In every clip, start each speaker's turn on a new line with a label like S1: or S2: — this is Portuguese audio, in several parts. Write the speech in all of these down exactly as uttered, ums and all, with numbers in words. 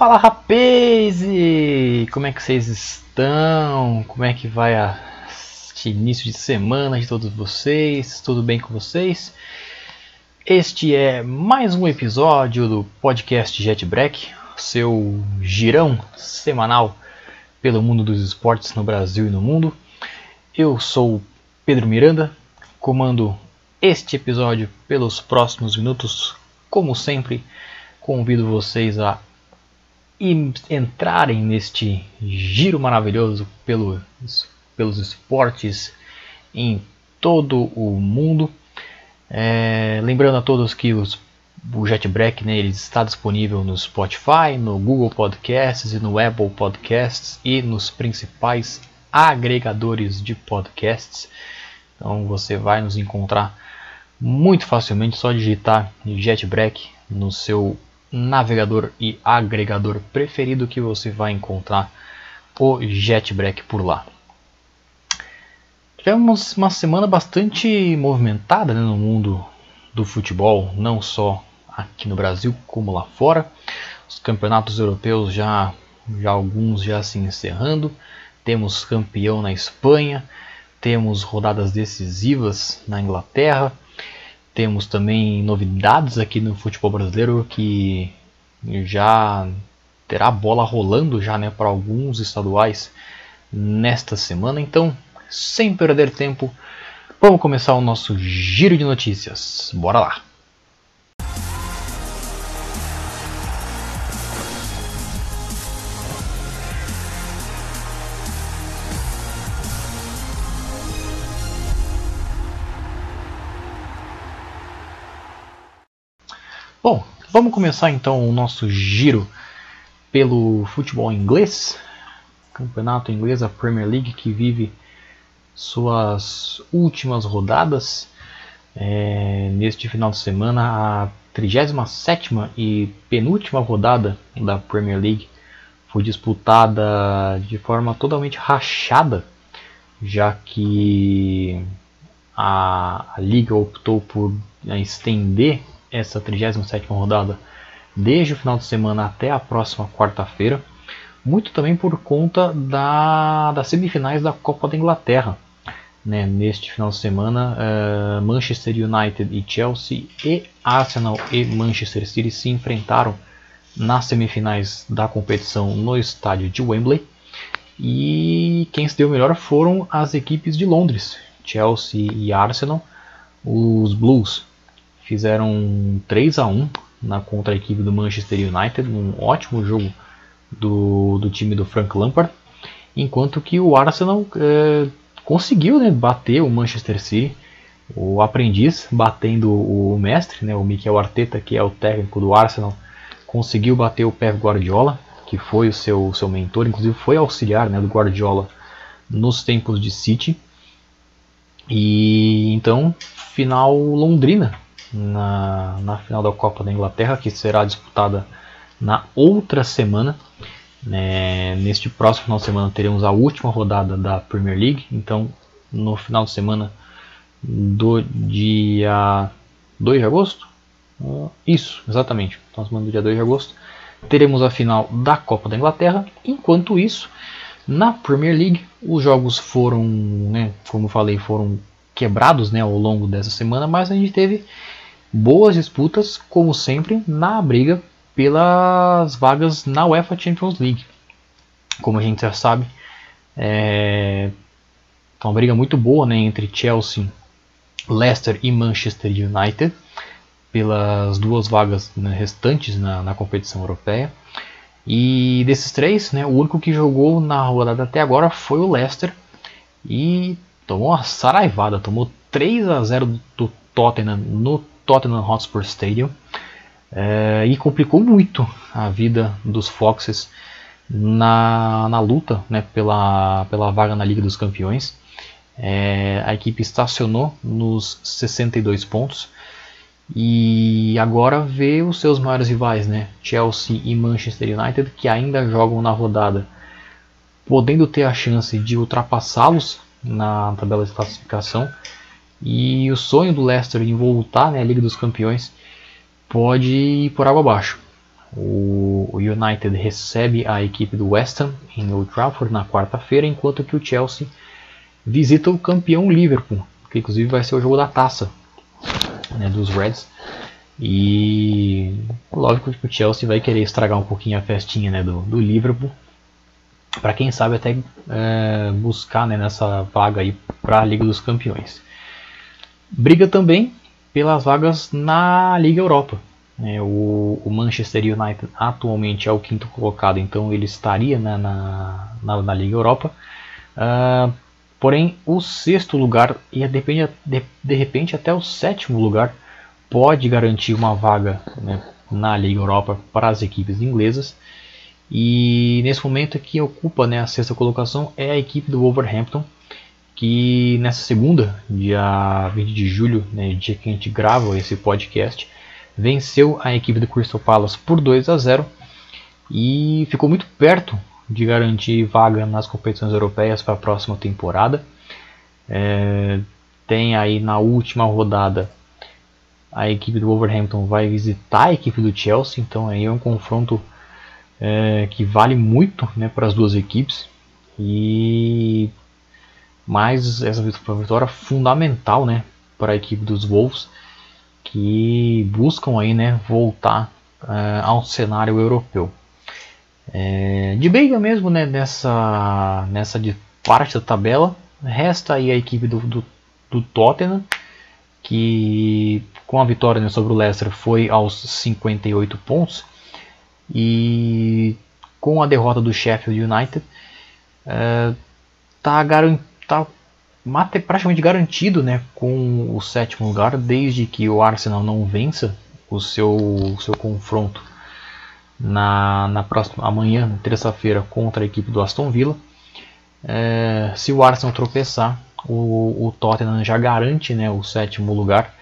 S1: Fala, rapaz! Como é que vocês estão? Como é que vai a... este início de semana de todos vocês? Tudo bem com vocês? Este é mais um episódio do podcast JetBreak, seu girão semanal pelo mundo dos esportes no Brasil e no mundo. Eu sou Pedro Miranda, comando este episódio pelos próximos minutos. Como sempre, convido vocês a entrarem neste giro maravilhoso pelo, pelos esportes em todo o mundo. É, lembrando a todos que os, o JetBreak, né, ele está disponível no Spotify, no Google Podcasts e no Apple Podcasts e nos principais agregadores de podcasts. Então você vai nos encontrar muito facilmente, só digitar JetBreak no seu navegador e agregador preferido que você vai encontrar o JetBreak por lá. Tivemos uma semana bastante movimentada, né, no mundo do futebol, não só aqui no Brasil como lá fora. Os campeonatos europeus já, já alguns já se encerrando. Temos campeão na Espanha, temos rodadas decisivas na Inglaterra. Temos também novidades aqui no futebol brasileiro, que já terá bola rolando já, né, para alguns estaduais nesta semana. Então, sem perder tempo, vamos começar o nosso giro de notícias. Bora lá! Bom, vamos começar então o nosso giro pelo futebol inglês, campeonato inglês, a Premier League, que vive suas últimas rodadas. É, neste final de semana, a trigésima sétima e penúltima rodada da Premier League foi disputada de forma totalmente rachada, já que a, a Liga optou por estender essa trigésima sétima rodada desde o final de semana até a próxima quarta-feira, muito também por conta da, das semifinais da Copa da Inglaterra. Né? Neste final de semana, uh, Manchester United e Chelsea e Arsenal e Manchester City se enfrentaram nas semifinais da competição no estádio de Wembley, e quem se deu melhor foram as equipes de Londres, Chelsea e Arsenal. Os Blues fizeram três a um na, contra a equipe do Manchester United, um ótimo jogo do, do time do Frank Lampard, enquanto que o Arsenal é, conseguiu, né, bater o Manchester City, o aprendiz batendo o mestre, né, o Mikel Arteta, que é o técnico do Arsenal, conseguiu bater o Pep Guardiola, que foi o seu, seu mentor, inclusive foi auxiliar, né, do Guardiola nos tempos de City. E então, final londrina Na, na final da Copa da Inglaterra, que será disputada na outra semana. É, neste próximo final de semana teremos a última rodada da Premier League. Então, no final de semana do dia dois de agosto, isso, exatamente, na semana do dia dois de agosto, teremos a final da Copa da Inglaterra. Enquanto isso, na Premier League, os jogos foram, né, como eu falei, foram quebrados, né, ao longo dessa semana, mas a gente teve boas disputas, como sempre, na briga pelas vagas na UEFA Champions League. Como a gente já sabe, é uma briga muito boa, né, entre Chelsea, Leicester e Manchester United pelas duas vagas, né, restantes na, na competição europeia. E desses três, né, o único que jogou na rodada até agora foi o Leicester e tomou uma saraivada, tomou três a zero do Tottenham no Tottenham Hotspur Stadium, é, e complicou muito a vida dos Foxes na, na luta, né, pela, pela vaga na Liga dos Campeões. É, a equipe estacionou nos sessenta e dois pontos e agora vê os seus maiores rivais, né, Chelsea e Manchester United, que ainda jogam na rodada, podendo ter a chance de ultrapassá-los na tabela de classificação. E o sonho do Leicester em voltar, né, à Liga dos Campeões pode ir por água abaixo. o United recebe a equipe do West Ham em Old Trafford na quarta-feira, enquanto que o Chelsea visita o campeão Liverpool, que inclusive vai ser o jogo da taça, né, dos Reds. E lógico que o Chelsea vai querer estragar um pouquinho a festinha, né, do, do Liverpool, para quem sabe até é, buscar, né, nessa vaga aí para a Liga dos Campeões. Briga também pelas vagas na Liga Europa. É, o, o Manchester United atualmente é o quinto colocado, então ele estaria, né, na, na, na Liga Europa. Uh, porém, o sexto lugar e de repente, de, de repente até o sétimo lugar pode garantir uma vaga, né, na Liga Europa para as equipes inglesas. E nesse momento que ocupa, né, a sexta colocação é a equipe do Wolverhampton, que nessa segunda, dia vinte de julho, né, dia que a gente grava esse podcast, venceu a equipe do Crystal Palace por dois a zero e ficou muito perto de garantir vaga nas competições europeias para a próxima temporada. É, tem aí na última rodada a equipe do Wolverhampton vai visitar a equipe do Chelsea, então aí é um confronto é, que vale muito, né, para as duas equipes. E mais essa vitória fundamental, né, para a equipe dos Wolves, que buscam aí, né, voltar é, ao cenário europeu. É, de briga mesmo, né, nessa, nessa de parte da tabela, resta aí a equipe do, do, do Tottenham, que com a vitória, né, sobre o Leicester foi aos cinquenta e oito pontos, e com a derrota do Sheffield United está é, garan tá praticamente garantido, né, com o sétimo lugar, desde que o Arsenal não vença o seu, o seu confronto na, na próxima amanhã, terça-feira, contra a equipe do Aston Villa. É, se o Arsenal tropeçar, o, o Tottenham já garante, né, o sétimo lugar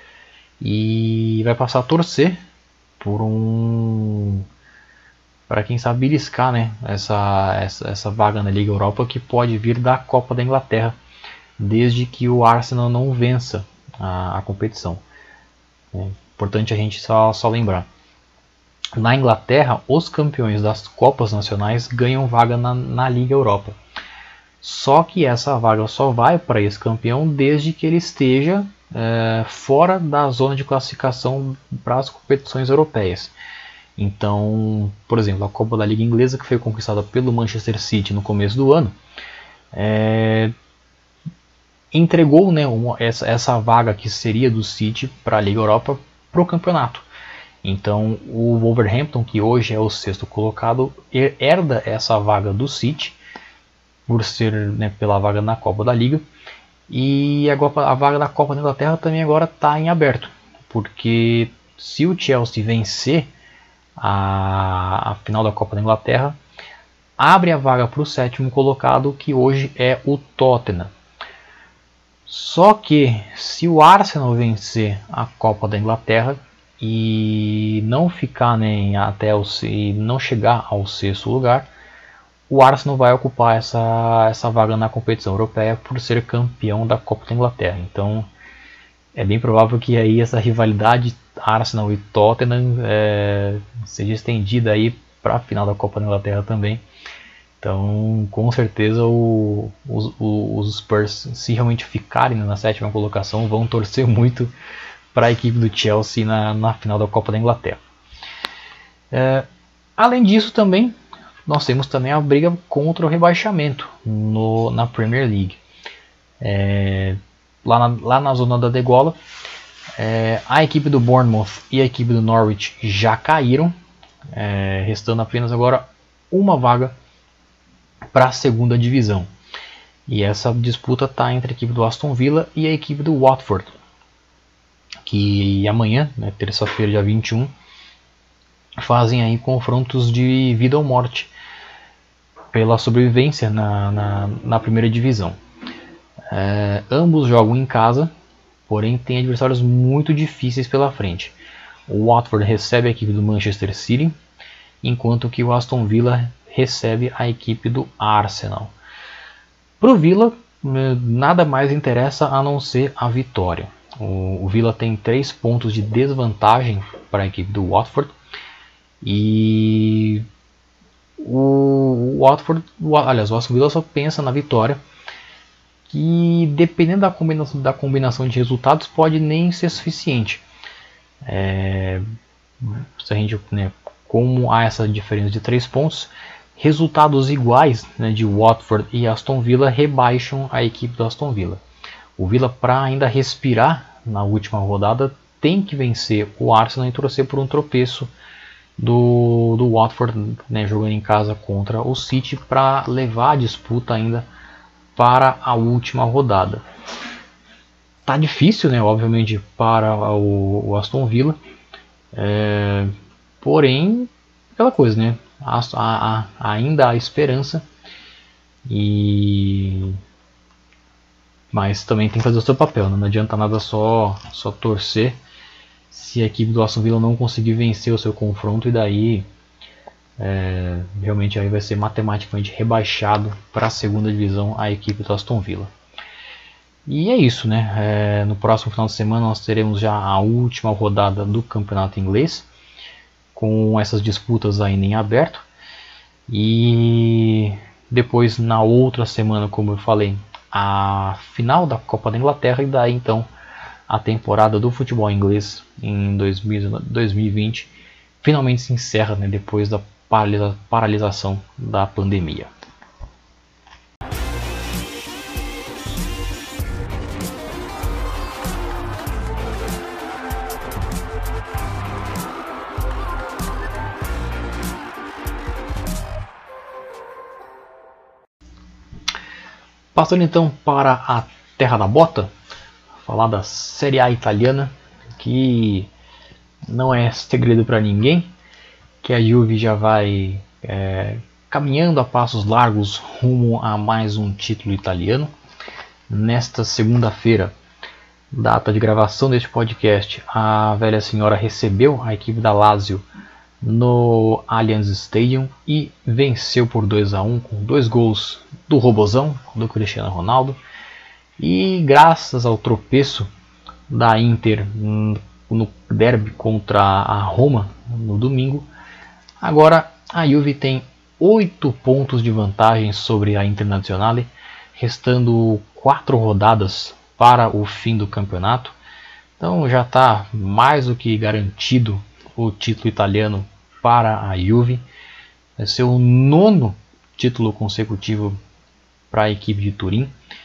S1: e vai passar a torcer por um, para quem sabe beliscar, né, essa, essa, essa vaga na Liga Europa, que pode vir da Copa da Inglaterra, desde que o Arsenal não vença a, a competição. É importante a gente só, só lembrar. Na Inglaterra, os campeões das Copas Nacionais ganham vaga na, na Liga Europa. Só que essa vaga só vai para esse campeão desde que ele esteja é, fora da zona de classificação para as competições europeias. Então, por exemplo, a Copa da Liga Inglesa, que foi conquistada pelo Manchester City no começo do ano, é, entregou, né, uma, essa, essa vaga que seria do City para a Liga Europa para o campeonato. Então o Wolverhampton, que hoje é o sexto colocado, herda essa vaga do City, por ser, né, pela vaga na Copa da Liga. E agora a vaga da Copa da Inglaterra também agora está em aberto, porque se o Chelsea vencer a, a final da Copa da Inglaterra, abre a vaga para o sétimo colocado, que hoje é o Tottenham. Só que se o Arsenal vencer a Copa da Inglaterra e não ficar, né, até o e não chegar ao sexto lugar, o Arsenal vai ocupar essa, essa vaga na competição europeia por ser campeão da Copa da Inglaterra. Então é bem provável que aí essa rivalidade Arsenal e Tottenham é, seja estendida aí para a final da Copa da Inglaterra também. Então, com certeza, o, os, os Spurs, se realmente ficarem na sétima colocação, vão torcer muito para a equipe do Chelsea na, na final da Copa da Inglaterra. É, além disso, também nós temos também a briga contra o rebaixamento no, na Premier League. É, lá, na, lá na zona da degola, é, a equipe do Bournemouth e a equipe do Norwich já caíram, é, restando apenas agora uma vaga para a segunda divisão. E essa disputa está entre a equipe do Aston Villa e a equipe do Watford, que amanhã, né, terça-feira, dia vinte e um, fazem aí confrontos de vida ou morte pela sobrevivência na, na, na primeira divisão. É, ambos jogam em casa, porém tem adversários muito difíceis pela frente. O Watford recebe a equipe do Manchester City, enquanto que o Aston Villa recebe a equipe do Arsenal. Para o Villa, nada mais interessa a não ser a vitória. O, o Villa tem três pontos de desvantagem para a equipe do Watford, E o, o Watford, o, aliás, o Aston Villa só pensa na vitória, que dependendo da combinação, da combinação de resultados pode nem ser suficiente. É, se a gente, né, como há essa diferença de três pontos, resultados iguais, né, de Watford e Aston Villa rebaixam a equipe do Aston Villa. O Villa, para ainda respirar na última rodada, tem que vencer o Arsenal e torcer por um tropeço do, do Watford, né, jogando em casa contra o City, para levar a disputa ainda para a última rodada. Tá difícil, né, obviamente, para o, o Aston Villa, é, porém, aquela coisa, né, há, há, ainda há esperança, e mas também tem que fazer o seu papel, né? Não adianta nada só, só torcer se a equipe do Aston Villa não conseguir vencer o seu confronto, e daí é, realmente aí vai ser matematicamente rebaixado para a segunda divisão a equipe do Aston Villa. E é isso, né? É, no próximo final de semana nós teremos já a última rodada do campeonato inglês, com essas disputas ainda em aberto, e depois na outra semana, como eu falei, a final da Copa da Inglaterra, e daí então a temporada do futebol inglês em dois mil e vinte finalmente se encerra, né, depois da paralisa, paralisação da pandemia. Passando então para a terra da bota, falar da Série A italiana, que não é segredo para ninguém, que a Juve já vai é, caminhando a passos largos rumo a mais um título italiano. Nesta segunda-feira, data de gravação deste podcast, a velha senhora recebeu a equipe da Lazio no Allianz Stadium e venceu por dois a um, com dois gols do Robozão, do Cristiano Ronaldo. E graças ao tropeço da Inter no derby contra a Roma no domingo, agora a Juve tem oito pontos de vantagem sobre a Internazionale, restando quatro rodadas para o fim do campeonato. Então já está mais do que garantido o título italiano para a Juve. Vai ser o nono título consecutivo para a equipe de Turim.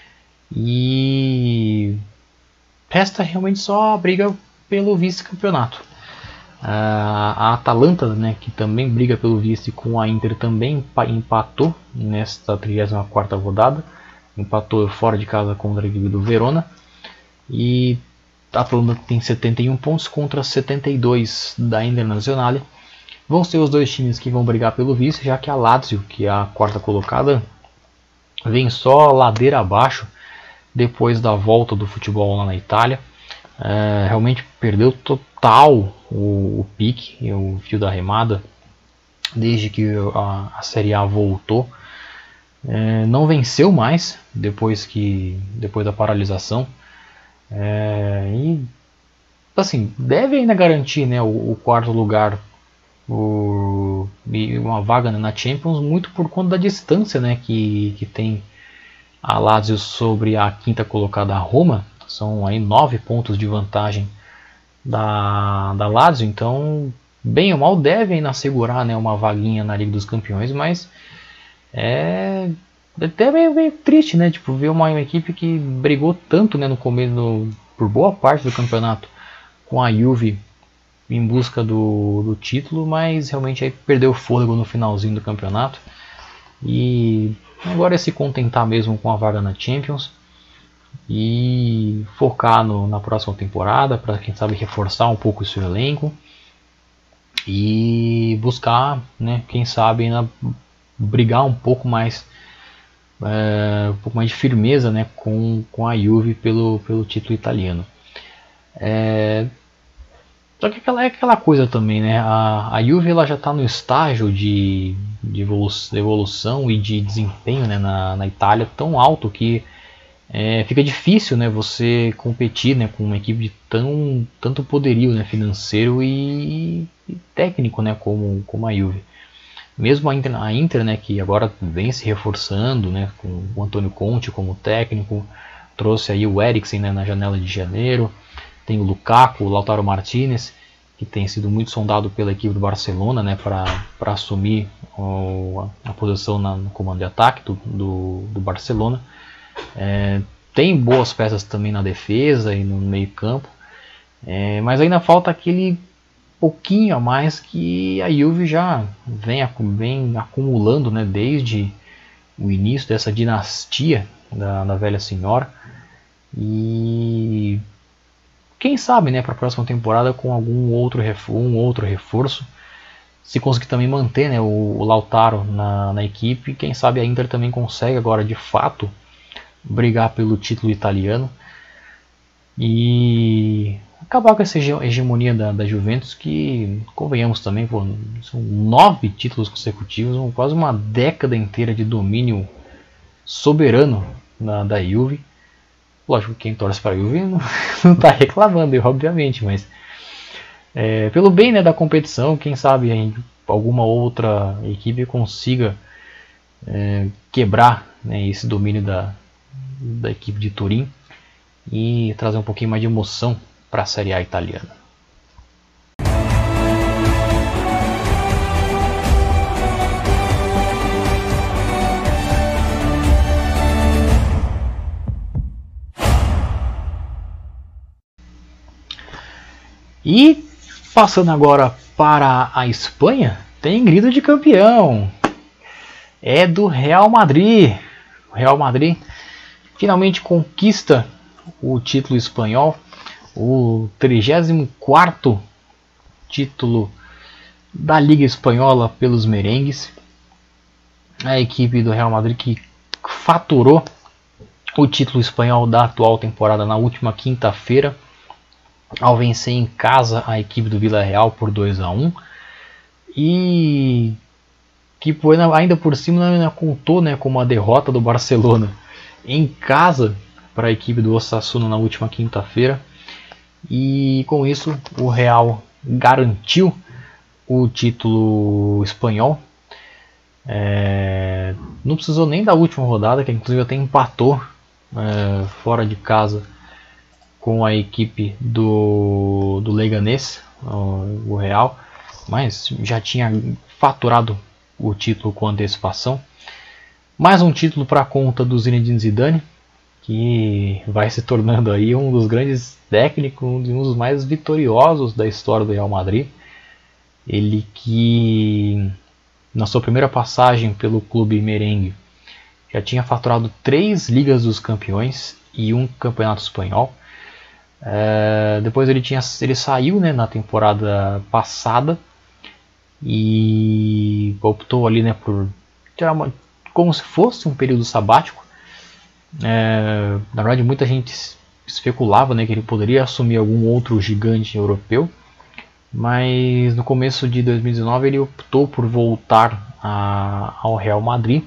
S1: E resta realmente só a briga pelo vice-campeonato. A Atalanta, né, que também briga pelo vice com a Inter, também empatou nesta trigésima quarta rodada. Empatou fora de casa contra a equipe do Verona. E a Atalanta tem setenta e um pontos contra setenta e dois da Internazionale. Vão ser os dois times que vão brigar pelo vice, já que a Lazio, que é a quarta colocada, vem só ladeira abaixo depois da volta do futebol lá na Itália. É, realmente perdeu total o, o pique, o fio da remada, desde que a, a Série A voltou. É, não venceu mais depois, que, depois da paralisação. É, e assim, deve ainda garantir, né, o, o quarto lugar, o, e uma vaga, né, na Champions, muito por conta da distância, né, que, que tem a Lazio sobre a quinta colocada, a Roma. São aí nove pontos de vantagem da, da Lazio, então bem ou mal deve ainda assegurar, né, uma vaguinha na Liga dos Campeões, mas é até meio, meio triste, né, tipo, ver uma, uma equipe que brigou tanto, né, no começo, no, por boa parte do campeonato, com a Juve em busca do, do título, mas realmente aí perdeu o fôlego no finalzinho do campeonato, e agora é se contentar mesmo com a vaga na Champions e focar no, na próxima temporada, para quem sabe reforçar um pouco o seu elenco e buscar, né, quem sabe ainda brigar um pouco mais, é, um pouco mais de firmeza, né, com, com a Juve pelo, pelo título italiano. É, só que aquela, é aquela coisa também, né, a, a Juve ela já está no estágio de, de evolução e de desempenho, né, na, na Itália tão alto que é, fica difícil, né, você competir, né, com uma equipe de tão, tanto poderio, né, financeiro e, e técnico, né, como, como a Juve. Mesmo a Inter, a Inter, né, que agora vem se reforçando, né, com o Antônio Conte como técnico, trouxe aí o Eriksen, né, na janela de janeiro, tem o Lukaku, o Lautaro Martinez, que tem sido muito sondado pela equipe do Barcelona, né, para assumir o, a, a posição na, no comando de ataque do, do, do Barcelona. É, tem boas peças também na defesa e no meio campo, é, mas ainda falta aquele pouquinho a mais que a Juve já vem, vem acumulando, né, desde o início dessa dinastia da, da velha senhora. E quem sabe, né, para a próxima temporada com algum outro reforço, um outro reforço, se conseguir também manter, né, o, o Lautaro na, na equipe, quem sabe a Inter também consegue agora de fato brigar pelo título italiano e acabar com essa hegemonia da, da Juventus, que, convenhamos também, pô, são nove títulos consecutivos, quase uma década inteira de domínio soberano da, da Juve. Lógico que quem torce para a Juve não está reclamando, obviamente, mas é, pelo bem, né, da competição, quem sabe hein, alguma outra equipe consiga é, quebrar, né, esse domínio da, da equipe de Turim e trazer um pouquinho mais de emoção para a Série A italiana. E passando agora para a Espanha, tem grito de campeão. É do Real Madrid. O Real Madrid finalmente conquista o título espanhol, o trigésimo quarto título da Liga Espanhola pelos merengues. A equipe do Real Madrid que faturou o título espanhol da atual temporada na última quinta-feira, ao vencer em casa a equipe do Villarreal por dois a um. E que ainda por cima ainda contou, né, com uma derrota do Barcelona em casa para a equipe do Osasuna na última quinta-feira. E com isso o Real garantiu o título espanhol. É, não precisou nem da última rodada, que inclusive até empatou é, fora de casa com a equipe do, do Leganés, o, o Real, mas já tinha faturado o título com antecipação. Mais um título para a conta do Zinedine Zidane, que vai se tornando aí um dos grandes técnicos, um dos mais vitoriosos da história do Real Madrid. Ele que na sua primeira passagem pelo clube merengue já tinha faturado três Ligas dos Campeões e um Campeonato Espanhol. É, depois ele, tinha, ele saiu, né, na temporada passada e optou ali, né, por tirar uma, como se fosse um período sabático. É, na verdade, muita gente especulava, né, que ele poderia assumir algum outro gigante europeu, mas no começo de dois mil e dezenove ele optou por voltar a, ao Real Madrid.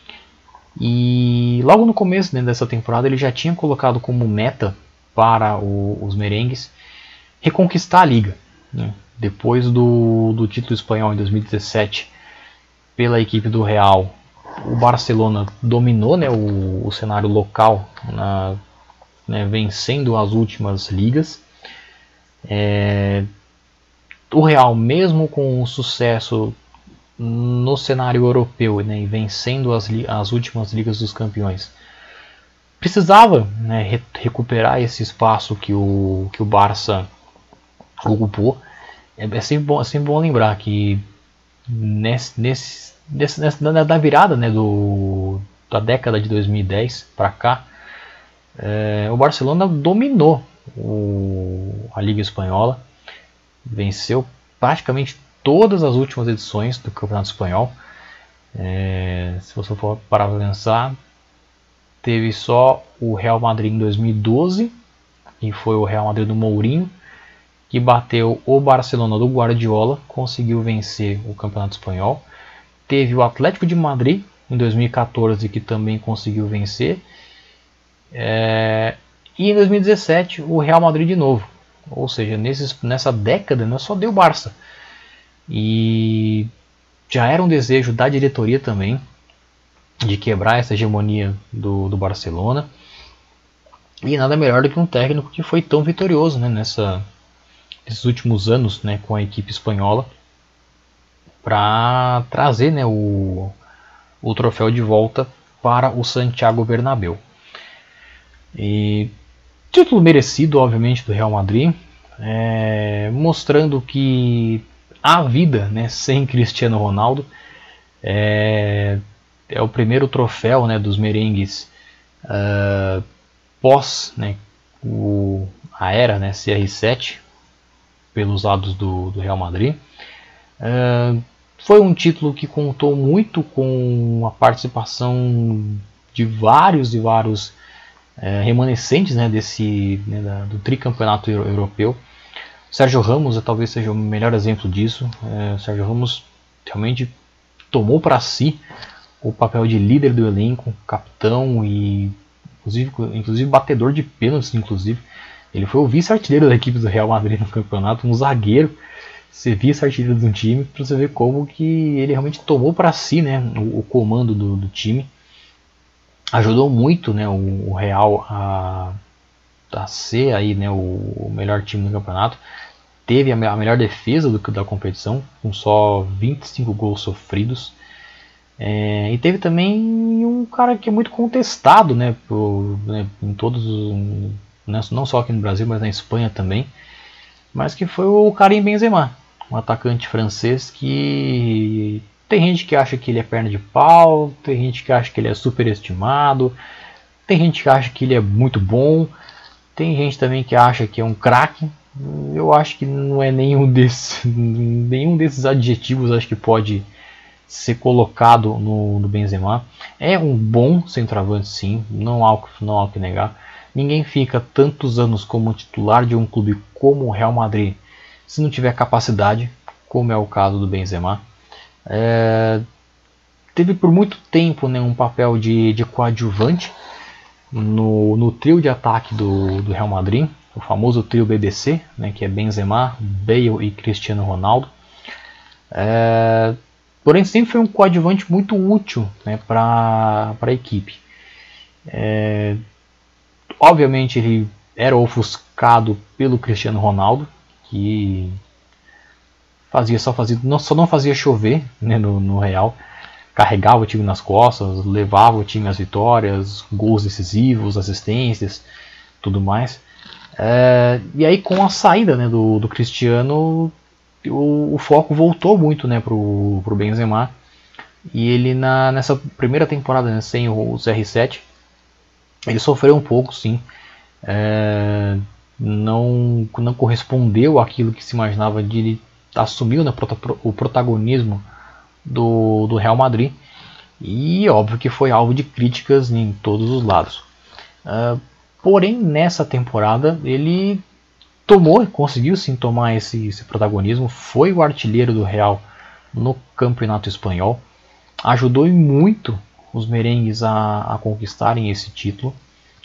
S1: E logo no começo, né, dessa temporada ele já tinha colocado como meta para o, os merengues reconquistar a Liga, né? Depois do, do título espanhol em dois mil e dezessete pela equipe do Real, o Barcelona dominou, né, o, o cenário local, na, né, vencendo as últimas ligas. É, o Real, mesmo com o sucesso no cenário europeu, né, e vencendo as, as últimas ligas dos campeões, precisava, né, re recuperar esse espaço que o, que o Barça ocupou. É, é, sempre bom, é sempre bom lembrar que nesse, nesse, nesse, nessa, da virada, né, do, da década de dois mil e dez para cá, é, o Barcelona dominou o, a Liga Espanhola, venceu praticamente todas as últimas edições do Campeonato Espanhol. É, se você for parar para pensar, teve só o Real Madrid em dois mil e doze, e foi o Real Madrid do Mourinho que bateu o Barcelona do Guardiola, conseguiu vencer o Campeonato Espanhol. Teve o Atlético de Madrid em dois mil e quatorze, que também conseguiu vencer. É, e em dois mil e dezessete o Real Madrid de novo. Ou seja, nesses, nessa década, né, só deu Barça. E já era um desejo da diretoria também de quebrar essa hegemonia do, do Barcelona. E nada melhor do que um técnico que foi tão vitorioso, né, nessa, nesses últimos anos, né, com a equipe espanhola, para trazer, né, o, o troféu de volta para o Santiago Bernabéu. E título merecido, obviamente, do Real Madrid, é, mostrando que a vida, né, sem Cristiano Ronaldo é, é o primeiro troféu, né, dos merengues uh, pós, né, o, a era, né, C R sete pelos lados do, do Real Madrid. Uh, foi um título que contou muito com a participação de vários e vários uh, remanescentes, né, desse, né, da, do tricampeonato europeu. Sérgio Ramos talvez seja o melhor exemplo disso. Uh, Sérgio Ramos realmente tomou para si o papel de líder do elenco, capitão e inclusive, inclusive batedor de pênaltis, inclusive. Ele foi o vice-artilheiro da equipe do Real Madrid no campeonato, um zagueiro ser vice-artilheiro de um time, para você ver como que ele realmente tomou para si, né, o, o comando do, do time. Ajudou muito, né, o, o Real a, a ser aí, né, o, o melhor time do campeonato. Teve a, a melhor defesa do, da competição, com só vinte e cinco gols sofridos. É, e teve também um cara que é muito contestado, né, por, né, em todos, né, não só aqui no Brasil, mas na Espanha também, mas que foi o Karim Benzema, um atacante francês que tem gente que acha que ele é perna de pau, tem gente que acha que ele é superestimado, tem gente que acha que ele é muito bom, tem gente também que acha que é um craque. Eu acho que não é nenhum desses, nenhum desses adjetivos acho que pode ser colocado no, no Benzema. É um bom centroavante, sim, não há, não há o que negar. Ninguém fica tantos anos como titular de um clube como o Real Madrid se não tiver capacidade, como é o caso do Benzema. É, teve por muito tempo, né, um papel de, de coadjuvante no, no trio de ataque do, do Real Madrid, o famoso trio B B C, né, que é Benzema, Bale e Cristiano Ronaldo. É, porém sempre foi um coadjuvante muito útil, né, para a equipe. É, obviamente ele era ofuscado pelo Cristiano Ronaldo, que fazia só, fazia, não, só não fazia chover, né, no, no Real. Carregava o time nas costas, levava o time às vitórias, gols decisivos, assistências, tudo mais. É, e aí com a saída, né, do, do Cristiano, o, o foco voltou muito, né, pro, pro Benzema. E ele na, nessa primeira temporada, né, sem o C R sete, ele sofreu um pouco, sim. É, não, não correspondeu àquilo que se imaginava de ele assumir, né, o protagonismo do, do Real Madrid. E óbvio que foi alvo de críticas em todos os lados. Uh, porém, nessa temporada ele tomou, conseguiu sim tomar esse, esse protagonismo. Foi o artilheiro do Real no Campeonato Espanhol. Ajudou muito os merengues a, a conquistarem esse título.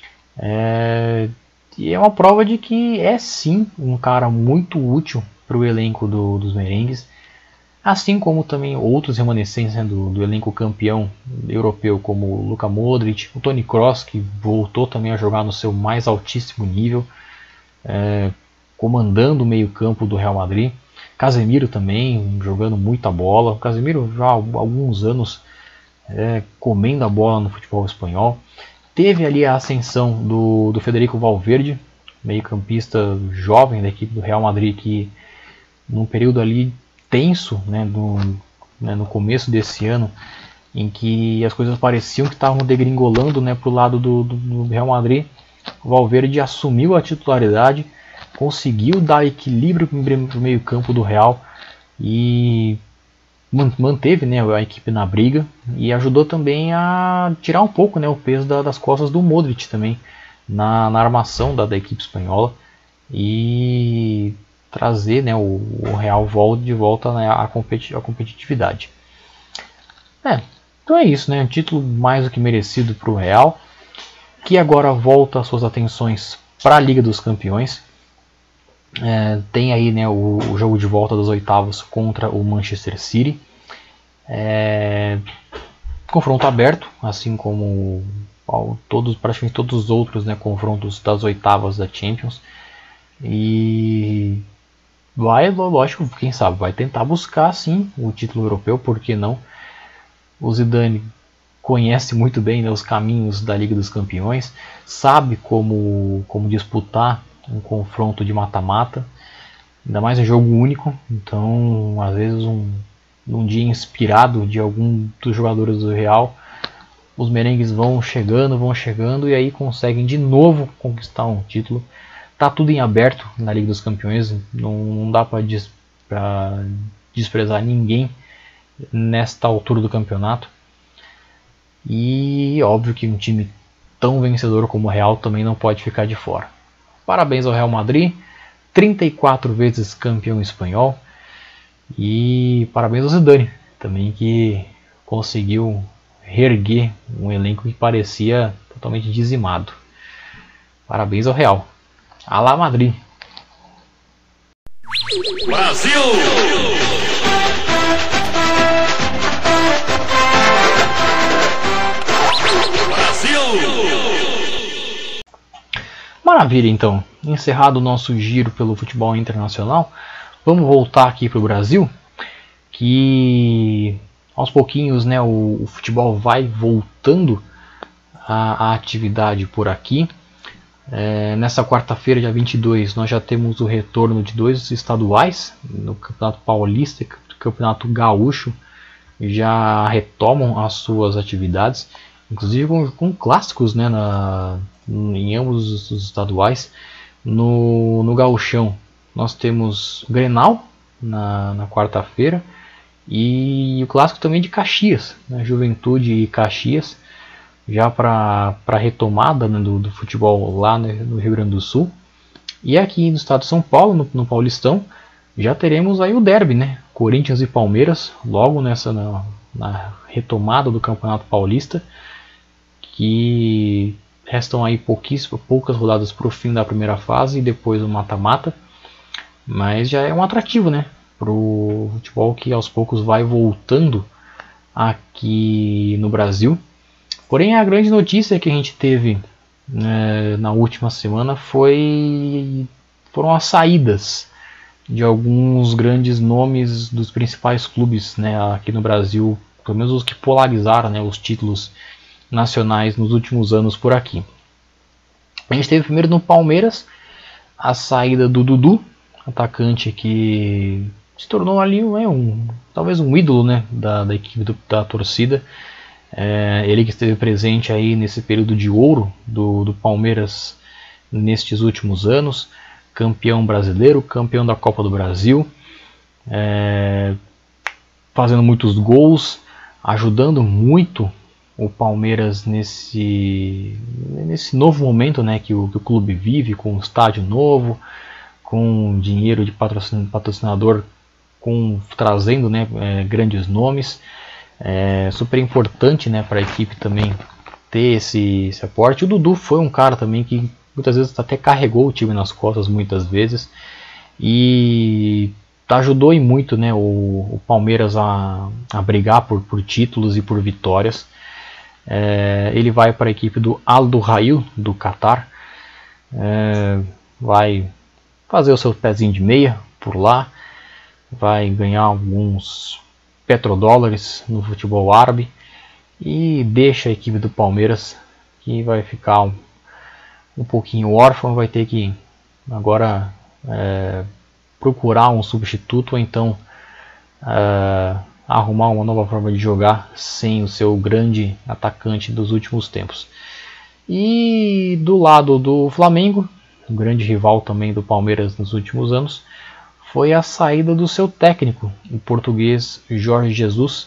S1: É, e é uma prova de que é sim um cara muito útil para o elenco do, dos merengues. Assim como também outros remanescentes, né, do, do elenco campeão europeu, como o Luka Modric, o Toni Kroos, que voltou também a jogar no seu mais altíssimo nível, é, comandando o meio campo do Real Madrid. Casemiro também, jogando muita bola. O Casemiro já há alguns anos é, comendo a bola no futebol espanhol. Teve ali a ascensão do, do Federico Valverde, meio campista jovem da equipe do Real Madrid, que num período ali tenso, né, do, né, no começo desse ano, em que as coisas pareciam que estavam degringolando, né, para o lado do, do, do Real Madrid. O Valverde assumiu a titularidade, conseguiu dar equilíbrio para o meio campo do Real e manteve, né, a equipe na briga, e ajudou também a tirar um pouco, né, o peso da, das costas do Modric também na, na armação da, da equipe espanhola, e trazer, né, o, o Real volta de volta, né, a, competi a competitividade. É, então é isso, né, um título mais do que merecido para o Real, que agora volta suas atenções para a Liga dos Campeões. É, tem aí, né, o, o jogo de volta das oitavas contra o Manchester City. É, confronto aberto, assim como todos, praticamente todos os outros, né, confrontos das oitavas da Champions. E vai, lógico, quem sabe, vai tentar buscar sim o título europeu, por que não? O Zidane conhece muito bem, né, os caminhos da Liga dos Campeões, sabe como, como disputar um confronto de mata-mata, ainda mais um jogo único. Então, às vezes, um, um dia inspirado de algum dos jogadores do Real, os merengues vão chegando, vão chegando e aí conseguem de novo conquistar um título. Tá tudo em aberto na Liga dos Campeões, não, não dá para des, desprezar ninguém nesta altura do campeonato. E óbvio que um time tão vencedor como o Real também não pode ficar de fora. Parabéns ao Real Madrid, trinta e quatro vezes campeão espanhol. E parabéns ao Zidane, também, que conseguiu reerguer um elenco que parecia totalmente dizimado. Parabéns ao Real. Alá Madrid!
S2: Brasil!
S1: Maravilha, então. Encerrado o nosso giro pelo futebol internacional, vamos voltar aqui para o Brasil, que aos pouquinhos, né, o, o futebol vai voltando à, à atividade por aqui. É, nessa quarta-feira, dia vinte e dois, nós já temos o retorno de dois estaduais, no Campeonato Paulista e no Campeonato Gaúcho, já retomam as suas atividades, inclusive com, com clássicos, né, na, em ambos os estaduais. No, no Gauchão nós temos o Grenal na, na quarta-feira e o clássico também de Caxias, né, Juventude e Caxias, já para a retomada, né, do, do futebol lá, né, no Rio Grande do Sul. E aqui no estado de São Paulo, no, no Paulistão, já teremos aí o derby, né, Corinthians e Palmeiras, logo nessa na, na retomada do Campeonato Paulista, que restam aí pouquíssimas, poucas rodadas para o fim da primeira fase e depois o mata-mata, mas já é um atrativo, né, para o futebol que aos poucos vai voltando aqui no Brasil. Porém, a grande notícia que a gente teve, né, na última semana foi foram as saídas de alguns grandes nomes dos principais clubes, né, aqui no Brasil, pelo menos os que polarizaram, né, os títulos nacionais nos últimos anos por aqui. A gente teve primeiro no Palmeiras a saída do Dudu, atacante que se tornou ali é, um, talvez um ídolo, né, da, da equipe do, da torcida. É, ele que esteve presente aí nesse período de ouro do, do Palmeiras nestes últimos anos, campeão brasileiro, campeão da Copa do Brasil, é, fazendo muitos gols, ajudando muito o Palmeiras nesse, nesse novo momento, né, que, o, que o clube vive, com um estádio novo, com dinheiro de patrocinador, com, trazendo, né, é, grandes nomes. É super importante, né, para a equipe também ter esse, esse aporte. O Dudu foi um cara também que muitas vezes até carregou o time nas costas, muitas vezes, e ajudou e muito, né, o, o Palmeiras a, a brigar por, por títulos e por vitórias. É, ele vai para a equipe do Al Duhail, do Catar, é, vai fazer o seu pezinho de meia por lá, vai ganhar alguns petrodólares no futebol árabe e deixa a equipe do Palmeiras, que vai ficar um, um pouquinho órfão, vai ter que agora é, procurar um substituto, ou então é, arrumar uma nova forma de jogar sem o seu grande atacante dos últimos tempos. E do lado do Flamengo, um grande rival também do Palmeiras nos últimos anos, foi a saída do seu técnico, o português Jorge Jesus.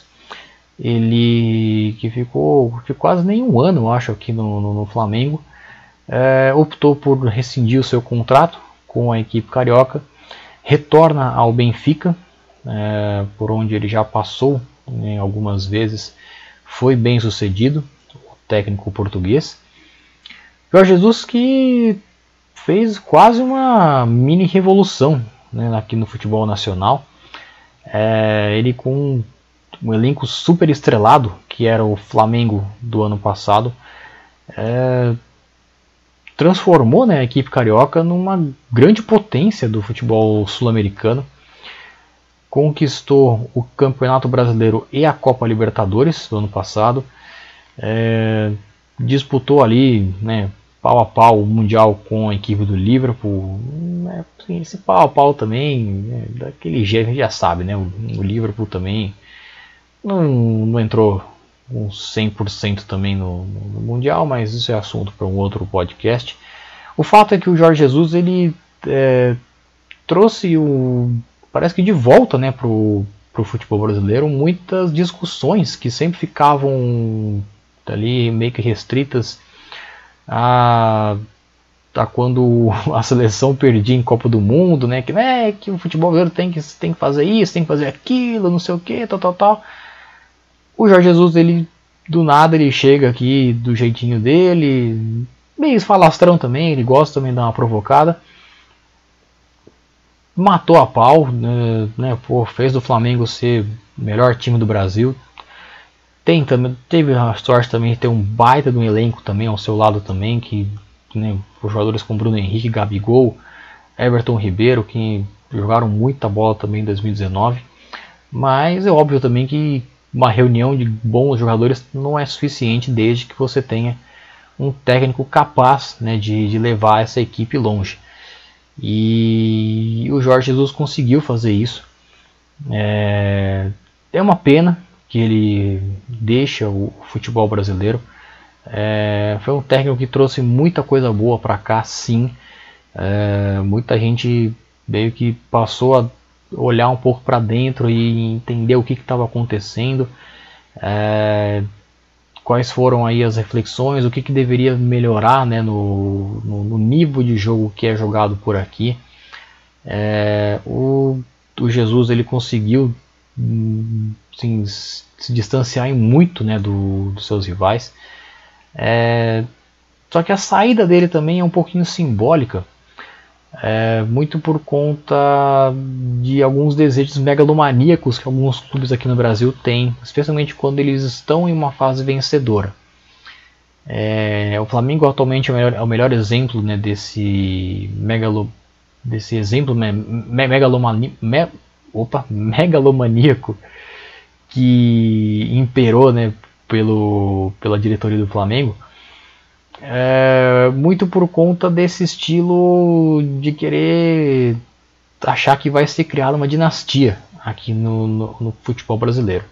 S1: Ele que ficou, ficou quase nem um ano, eu acho, aqui no, no, no Flamengo, é, optou por rescindir o seu contrato com a equipe carioca, retorna ao Benfica, é, por onde ele já passou, né, algumas vezes, foi bem sucedido, o técnico português. Jorge Jesus que fez quase uma mini revolução, né, aqui no futebol nacional. É, ele com um elenco super estrelado, que era o Flamengo do ano passado, é, transformou, né, a equipe carioca numa grande potência do futebol sul-americano. Conquistou o Campeonato Brasileiro e a Copa Libertadores do ano passado. É, disputou ali, né, pau a pau o Mundial com a equipe do Liverpool. É, assim, esse pau a pau também, é, daquele jeito, a gente já sabe, né, o, o Liverpool também não, não entrou uns cem por cento também no, no Mundial, mas isso é assunto para um outro podcast. O fato é que o Jorge Jesus ele é, trouxe o, parece que de volta, né, para o futebol brasileiro muitas discussões que sempre ficavam ali meio que restritas a, a quando a seleção perdia em Copa do Mundo, né, que, né, que o futebol brasileiro tem que, tem que fazer isso, tem que fazer aquilo, não sei o que, tal, tal, tal. O Jorge Jesus, ele do nada ele chega aqui do jeitinho dele, meio falastrão também, ele gosta também de dar uma provocada. Matou a pau, né, né, pô, fez do Flamengo ser o melhor time do Brasil. Tem, também, teve a sorte também de ter um baita de um elenco também ao seu lado também, que, né, os jogadores como Bruno Henrique, Gabigol, Everton Ribeiro, que jogaram muita bola também em dois mil e dezenove. Mas é óbvio também que uma reunião de bons jogadores não é suficiente desde que você tenha um técnico capaz, né, de, de levar essa equipe longe. E o Jorge Jesus conseguiu fazer isso. É, é uma pena que ele deixa o futebol brasileiro. É, foi um técnico que trouxe muita coisa boa para cá, sim. É, muita gente meio que passou a olhar um pouco para dentro e entender o que estava acontecendo, é, quais foram aí as reflexões, o que, que deveria melhorar, né, no, no, no nível de jogo que é jogado por aqui. É, o, o Jesus ele conseguiu assim, se distanciar em muito, né, do, dos seus rivais. É, só que a saída dele também é um pouquinho simbólica. É, muito por conta de alguns desejos megalomaníacos que alguns clubes aqui no Brasil têm, especialmente quando eles estão em uma fase vencedora. É, o Flamengo atualmente é o melhor, é o melhor exemplo, né, desse, megalo, desse exemplo me, me, megalomani, me, opa, megalomaníaco que imperou, né, pelo, pela diretoria do Flamengo. É, muito por conta desse estilo de querer achar que vai ser criada uma dinastia aqui no, no, no futebol brasileiro.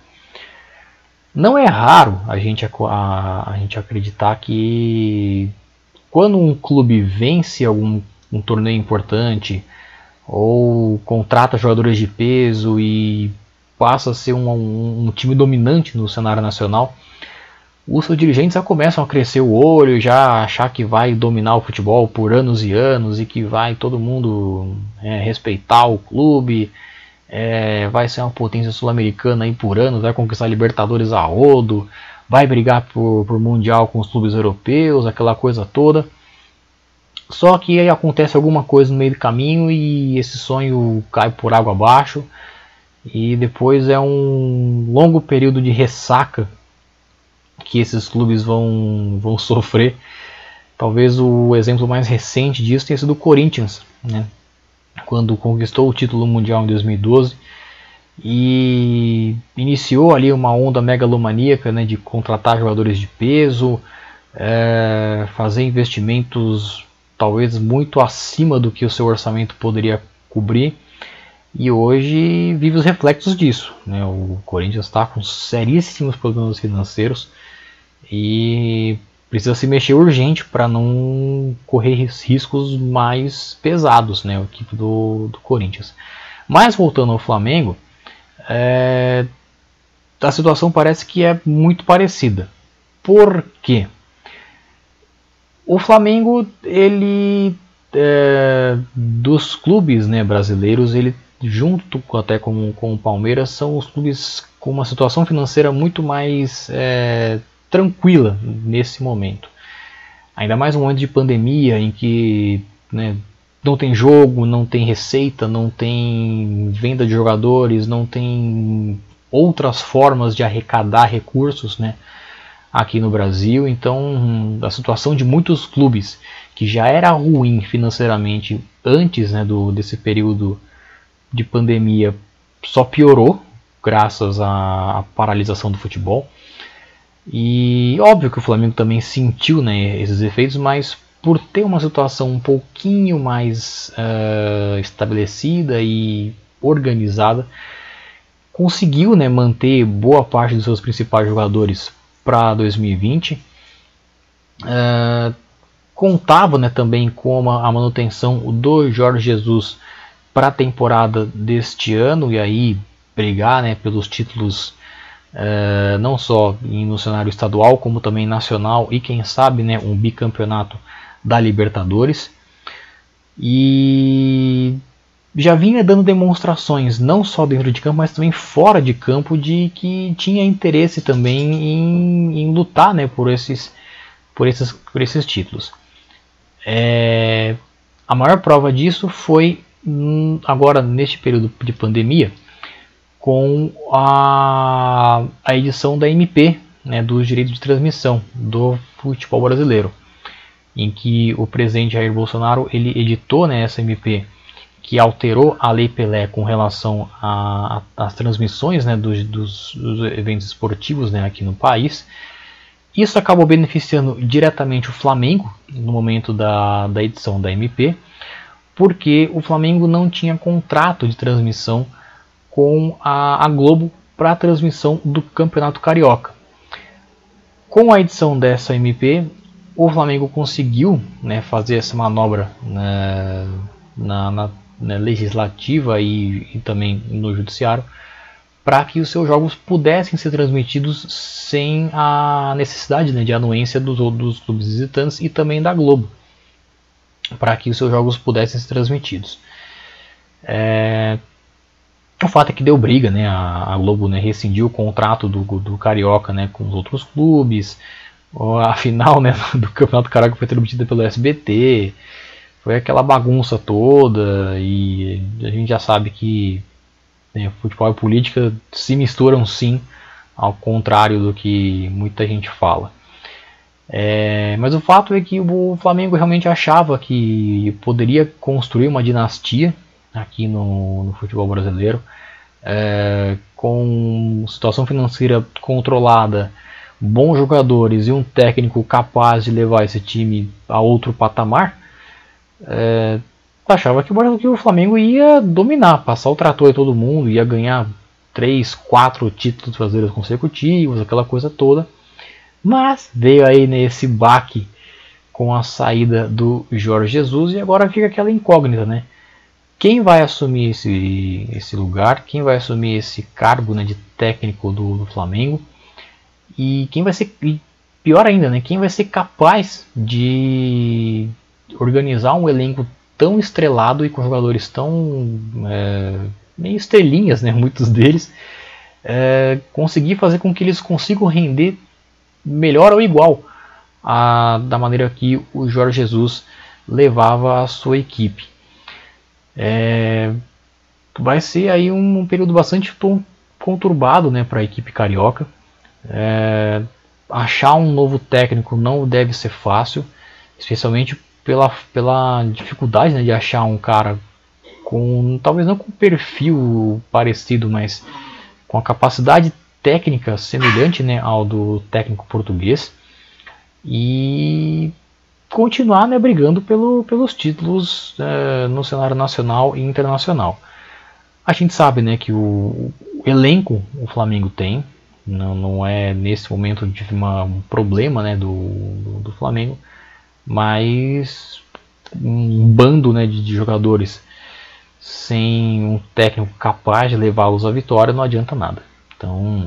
S1: Não é raro a gente, a, a gente acreditar que quando um clube vence algum um torneio importante ou contrata jogadores de peso e passa a ser um, um, um time dominante no cenário nacional, os seus dirigentes já começam a crescer o olho, já achar que vai dominar o futebol por anos e anos e que vai todo mundo é, respeitar o clube, é, vai ser uma potência sul-americana aí por anos, vai conquistar Libertadores a rodo, vai brigar por, por Mundial com os clubes europeus, aquela coisa toda. Só que aí acontece alguma coisa no meio do caminho e esse sonho cai por água abaixo e depois é um longo período de ressaca que esses clubes vão, vão sofrer. Talvez o exemplo mais recente disso tenha sido o Corinthians, né? Quando conquistou o título mundial em dois mil e doze e iniciou ali uma onda megalomaníaca, né, de contratar jogadores de peso, é, fazer investimentos talvez muito acima do que o seu orçamento poderia cobrir, e hoje vive os reflexos disso, né? O Corinthians está com seríssimos problemas financeiros e precisa se mexer urgente para não correr riscos mais pesados, né, a equipe do, do Corinthians. Mas voltando ao Flamengo, é, a situação parece que é muito parecida. Por quê? O Flamengo, ele é, dos clubes, né, brasileiros, ele junto até com, com o Palmeiras são os clubes com uma situação financeira muito mais é, tranquila nesse momento. Ainda mais um momento de pandemia em que, né, não tem jogo, não tem receita, não tem venda de jogadores, não tem outras formas de arrecadar recursos, né, aqui no Brasil. Então a situação de muitos clubes que já era ruim financeiramente antes, né, do, desse período de pandemia só piorou graças à paralisação do futebol. E óbvio que o Flamengo também sentiu, né, esses efeitos, mas por ter uma situação um pouquinho mais uh, estabelecida e organizada, conseguiu, né, manter boa parte dos seus principais jogadores para dois mil e vinte. Uh, contava, né, também com a manutenção do Jorge Jesus para a temporada deste ano, e aí brigar, né, pelos títulos uh, não só no cenário estadual como também nacional, e quem sabe, né, um bicampeonato da Libertadores. E já vinha dando demonstrações não só dentro de campo, mas também fora de campo, de que tinha interesse também em, em lutar, né, por, esses, por, esses, por esses títulos. É, a maior prova disso foi agora neste período de pandemia, com a, a edição da M P, né, dos direitos de transmissão do futebol brasileiro, em que o presidente Jair Bolsonaro ele editou, né, essa M P que alterou a Lei Pelé com relação às transmissões, né, dos, dos, dos eventos esportivos, né, aqui no país. Isso acabou beneficiando diretamente o Flamengo no momento da, da edição da M P, porque o Flamengo não tinha contrato de transmissão com a, a Globo para a transmissão do Campeonato Carioca. Com a edição dessa M P, o Flamengo conseguiu, né, fazer essa manobra na, na, na, na legislativa e, e também no judiciário, para que os seus jogos pudessem ser transmitidos sem a necessidade, né, de anuência dos outros clubes visitantes e também da Globo, para que os seus jogos pudessem ser transmitidos. É... O fato é que deu briga, né, a, a Globo, né, rescindiu o contrato do, do Carioca, né, com os outros clubes. A final, né, do Campeonato Carioca foi transmitida pelo S B T. Foi aquela bagunça toda, e a gente já sabe que, né, futebol e política se misturam sim, ao contrário do que muita gente fala. É, mas o fato é que o Flamengo realmente achava que poderia construir uma dinastia aqui no, no futebol brasileiro, é, com situação financeira controlada, bons jogadores e um técnico capaz de levar esse time a outro patamar. É, achava que o, que o Flamengo ia dominar, passar o trator em todo mundo, ia ganhar três, quatro títulos brasileiros consecutivos, aquela coisa toda. Mas veio aí nesse baque com a saída do Jorge Jesus, e agora fica aquela incógnita, né? Quem vai assumir esse, esse lugar? Quem vai assumir esse cargo, né, de técnico do, do Flamengo? E quem vai ser, e pior ainda, né, quem vai ser capaz de organizar um elenco tão estrelado e com jogadores tão é, meio estrelinhas, né, muitos deles, é, conseguir fazer com que eles consigam render melhor ou igual a, da maneira que o Jorge Jesus levava a sua equipe. É, vai ser aí um período bastante conturbado, né, para a equipe carioca. É, achar um novo técnico não deve ser fácil, especialmente pela, pela dificuldade, né, de achar um cara com, talvez não com perfil parecido, mas com a capacidade técnica semelhante, né, ao do técnico português, e continuar, né, brigando pelo, pelos títulos é, no cenário nacional e internacional. A gente sabe, né, que o, o elenco o Flamengo tem, não, não é nesse momento de uma, um problema, né, do, do, do Flamengo, mas um bando, né, de, de jogadores sem um técnico capaz de levá-los à vitória não adianta nada. Então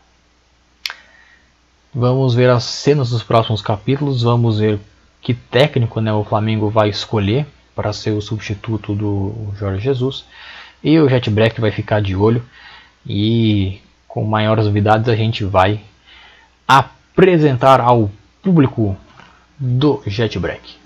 S1: vamos ver as cenas dos próximos capítulos, vamos ver que técnico, né, o Flamengo vai escolher para ser o substituto do Jorge Jesus, e o Jet Black vai ficar de olho, e com maiores novidades a gente vai apresentar ao público do JetBrack.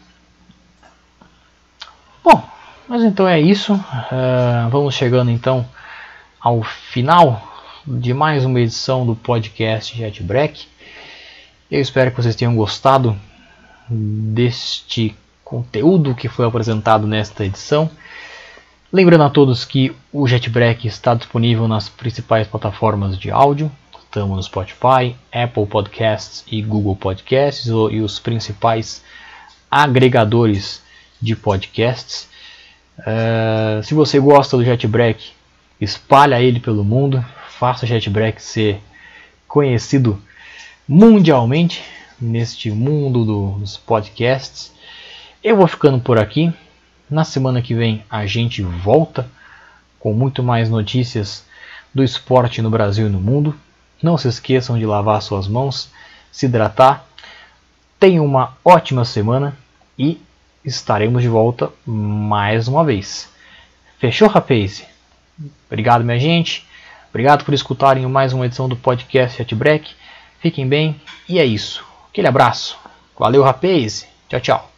S1: Bom, mas então é isso. Uh, vamos chegando então ao final de mais uma edição do podcast JetBrack. Eu espero que vocês tenham gostado deste conteúdo que foi apresentado nesta edição. Lembrando a todos que o JetBrack está disponível nas principais plataformas de áudio. Estamos no Spotify, Apple Podcasts e Google Podcasts e os principais agregadores de podcasts. Uh, se você gosta do JetBrack, espalha ele pelo mundo, faça o JetBrack ser conhecido mundialmente neste mundo do, dos podcasts. Eu vou ficando por aqui. Na semana que vem a gente volta com muito mais notícias do esporte no Brasil e no mundo. Não se esqueçam de lavar suas mãos, se hidratar. Tenham uma ótima semana e estaremos de volta mais uma vez. Fechou, rapaz? Obrigado, minha gente. Obrigado por escutarem mais uma edição do podcast JetBrack. Fiquem bem e é isso. Aquele abraço. Valeu, rapaz. Tchau, tchau.